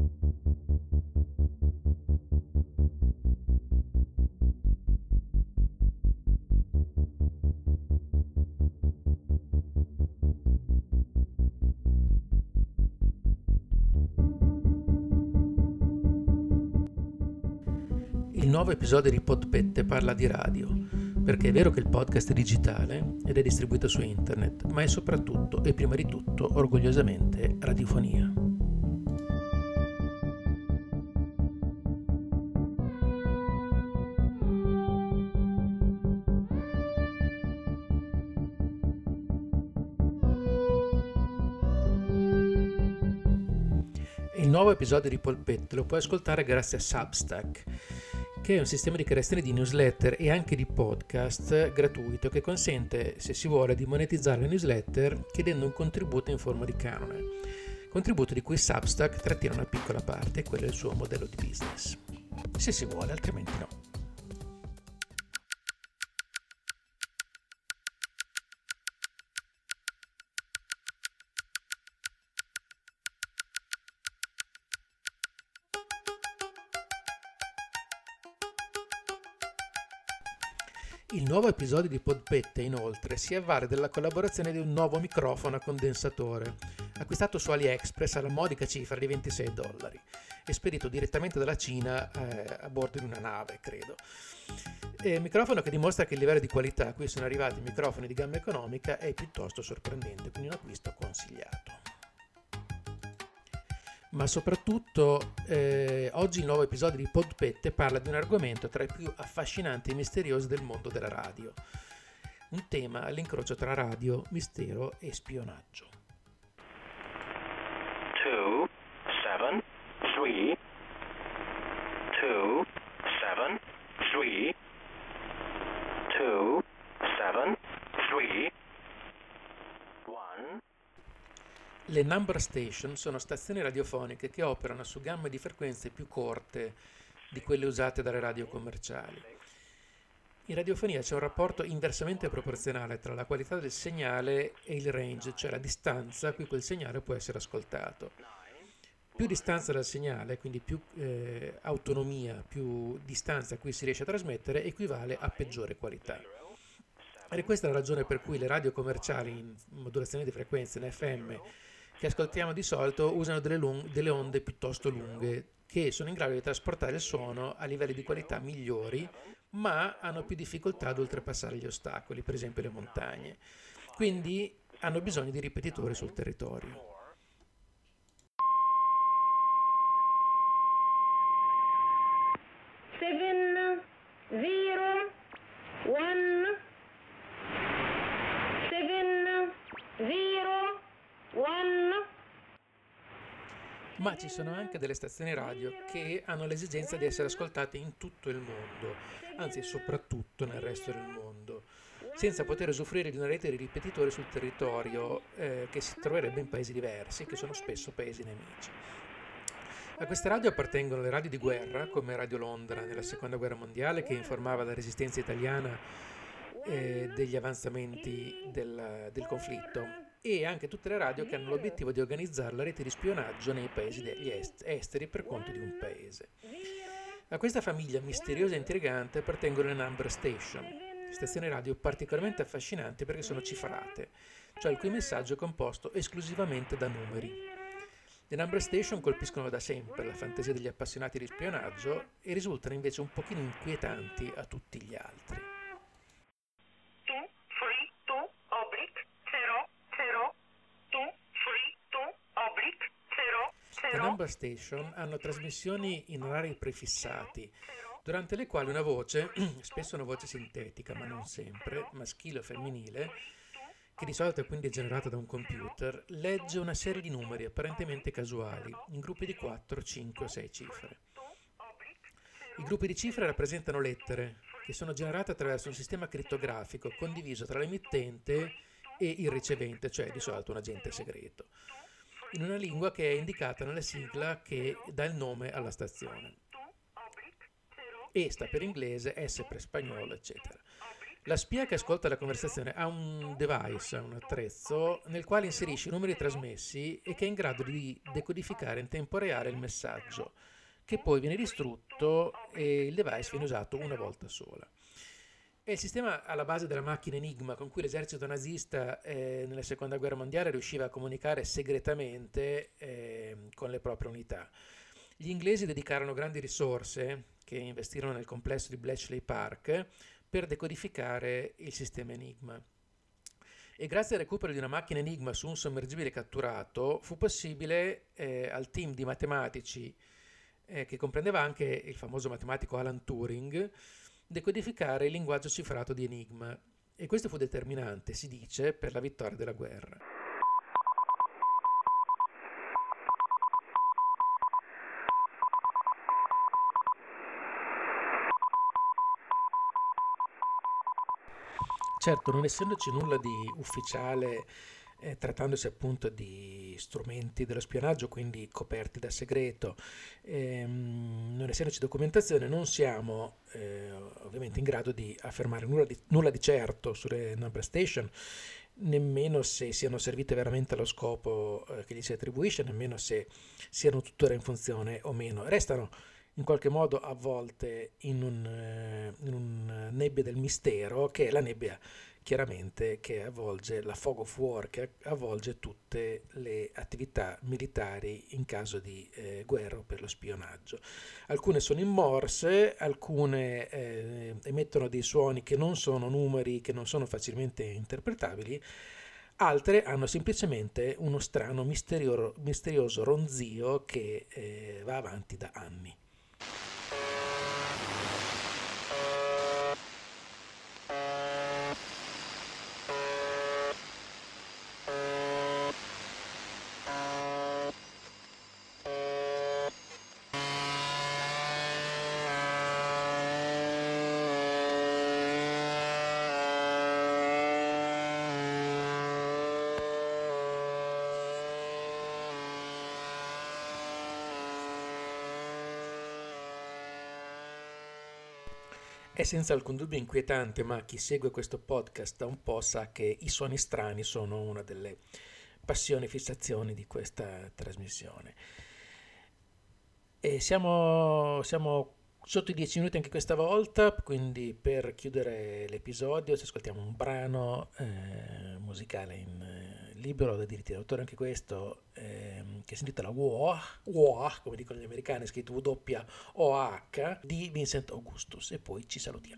Il nuovo episodio di Podpette parla di radio, perché è vero che il podcast è digitale ed è distribuito su internet, ma è soprattutto e prima di tutto orgogliosamente radiofonia. Il nuovo episodio di Polpette lo puoi ascoltare grazie a Substack, che è un sistema di creazione di newsletter e anche di podcast gratuito che consente, se si vuole, di monetizzare le newsletter chiedendo un contributo in forma di canone. Contributo di cui Substack trattiene una piccola parte, quello è il suo modello di business. Se si vuole, altrimenti no. Il nuovo episodio di Podpette, inoltre, si avvale della collaborazione di un nuovo microfono a condensatore, acquistato su AliExpress alla modica cifra di $26, e spedito direttamente dalla Cina a bordo di una nave, credo. Microfono che dimostra che il livello di qualità a cui sono arrivati i microfoni di gamma economica è piuttosto sorprendente, quindi un acquisto consigliato. Ma soprattutto oggi il nuovo episodio di Podpette parla di un argomento tra i più affascinanti e misteriosi del mondo della radio. Un tema all'incrocio tra radio, mistero e spionaggio. 2, 7, 3, 2, 7, 3, 2, 7, 3, 1. Le number station sono stazioni radiofoniche che operano su gamme di frequenze più corte di quelle usate dalle radio commerciali. In radiofonia c'è un rapporto inversamente proporzionale tra la qualità del segnale e il range, cioè la distanza a cui quel segnale può essere ascoltato. Più distanza dal segnale, quindi più autonomia, più distanza a cui si riesce a trasmettere, equivale a peggiore qualità. Ed è questa la ragione per cui le radio commerciali in modulazione di frequenze in FM che ascoltiamo di solito usano delle onde piuttosto lunghe che sono in grado di trasportare il suono a livelli di qualità migliori, ma hanno più difficoltà ad oltrepassare gli ostacoli, per esempio le montagne. Quindi hanno bisogno di ripetitori sul territorio. Ma ci sono anche delle stazioni radio che hanno l'esigenza di essere ascoltate in tutto il mondo, anzi soprattutto nel resto del mondo, senza poter usufruire di una rete di ripetitori sul territorio che si troverebbe in paesi diversi, che sono spesso paesi nemici. A queste radio appartengono le radio di guerra, come Radio Londra nella Seconda Guerra Mondiale, che informava la resistenza italiana degli avanzamenti del conflitto, e anche tutte le radio che hanno l'obiettivo di organizzare la rete di spionaggio nei paesi degli esteri per conto di un paese. A questa famiglia misteriosa e intrigante appartengono le number station, stazioni radio particolarmente affascinanti perché sono cifrate, cioè il cui messaggio è composto esclusivamente da numeri. Le number station colpiscono da sempre la fantasia degli appassionati di spionaggio e risultano invece un pochino inquietanti a tutti gli altri. Le number station hanno trasmissioni in orari prefissati, durante le quali una voce, spesso una voce sintetica ma non sempre, maschile o femminile, che di solito quindi è generata da un computer, legge una serie di numeri apparentemente casuali, in gruppi di 4, 5 o 6 cifre. I gruppi di cifre rappresentano lettere, che sono generate attraverso un sistema crittografico condiviso tra l'emittente e il ricevente, cioè di solito un agente segreto, in una lingua che è indicata nella sigla che dà il nome alla stazione. E sta per inglese, S per spagnolo, eccetera. La spia che ascolta la conversazione ha un device, un attrezzo, nel quale inserisce i numeri trasmessi e che è in grado di decodificare in tempo reale il messaggio, che poi viene distrutto e il device viene usato una volta sola. È il sistema alla base della macchina Enigma con cui l'esercito nazista nella seconda guerra mondiale riusciva a comunicare segretamente con le proprie unità. Gli inglesi dedicarono grandi risorse che investirono nel complesso di Bletchley Park per decodificare il sistema Enigma. E grazie al recupero di una macchina Enigma su un sommergibile catturato fu possibile al team di matematici che comprendeva anche il famoso matematico Alan Turing decodificare il linguaggio cifrato di Enigma, e questo fu determinante, si dice, per la vittoria della guerra. Certo, non essendoci nulla di ufficiale, trattandosi appunto di strumenti dello spionaggio, quindi coperti da segreto, non essendoci documentazione, non siamo ovviamente in grado di affermare nulla di certo sulle number station, nemmeno se siano servite veramente allo scopo che gli si attribuisce, nemmeno se siano tuttora in funzione o meno. Restano in qualche modo avvolte in un nebbia del mistero, che è la nebbia chiaramente che avvolge la fog of war, che avvolge tutte le attività militari in caso di guerra o per lo spionaggio. Alcune sono in Morse, alcune emettono dei suoni che non sono numeri, che non sono facilmente interpretabili, altre hanno semplicemente uno strano misterioso ronzio che va avanti da anni. È senza alcun dubbio inquietante, ma chi segue questo podcast da un po' sa che i suoni strani sono una delle passioni e fissazioni di questa trasmissione. E siamo sotto i 10 minuti anche questa volta, quindi per chiudere l'episodio ci ascoltiamo un brano musicale in libero da diritti d'autore, anche questo, che si intitola WOH, come dicono gli americani, scritto WOH, di Vincent Augustus, e poi ci salutiamo.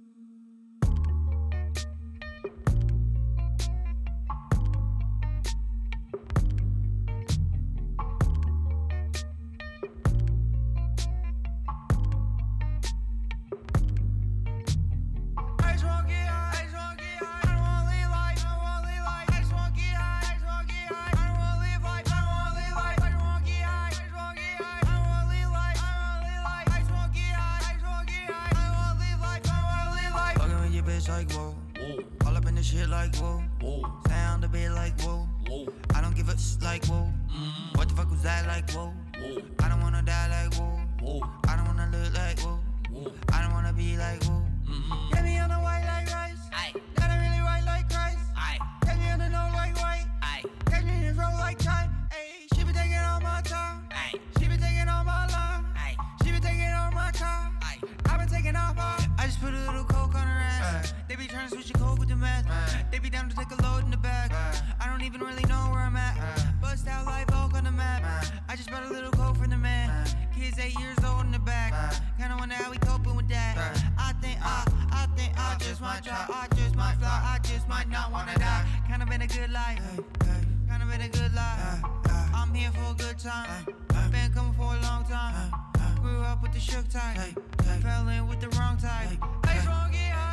Like whoa, all up in the shit like whoa, sound a bit like whoa, I don't give a like whoa, what the fuck was that like whoa, I don't wanna die like whoa, I don't wanna look like whoa, I don't wanna be like whoa, get me on the white like rice, gotta really white like Christ, get me on the nose like white, get me in the roll like time, she be taking all my time, she be taking all my love, she be taking all my car, I been taking off all, I just put a little coke on her ass. They be trying to switch the code with the math. They be down to take a load in the back. I don't even really know where I'm at. Bust out like Vogue on the map. I just bought a little coke from the man. Kids 8 years old in the back. Kinda wonder how we coping with that. I think I just might try. I just might fly. I just might not wanna die. Kinda been a good life. Kinda been a good life. I'm here for a good time. Been coming for a long time. Grew up with the shook type. Fell in with the wrong type. I just wanna get high.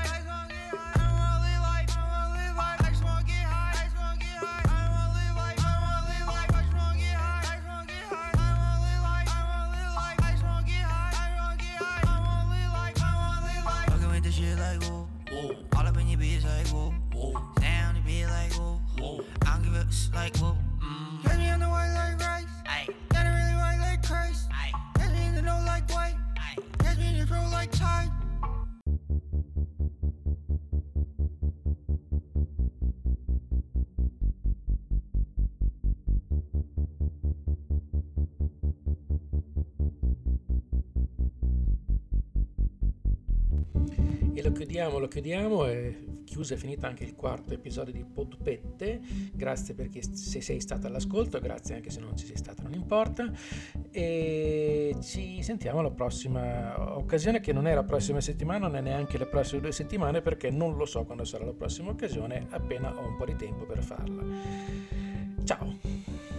Shit like whoa, all up in your bitch like whoa, sound a bit like whoa, I don't give a like whoa. Catch me on the white like rice, gotta really white like Christ. Catch me in the nose like white, catch me in the throat like Tide. E lo chiudiamo, è chiusa e finita anche il quarto episodio di Podpette. Grazie perché se sei stato all'ascolto, grazie anche se non ci sei stato, non importa. E ci sentiamo alla prossima occasione, che non è la prossima settimana, non è neanche le prossime 2 settimane, perché non lo so quando sarà la prossima occasione, appena ho un po' di tempo per farla. Ciao!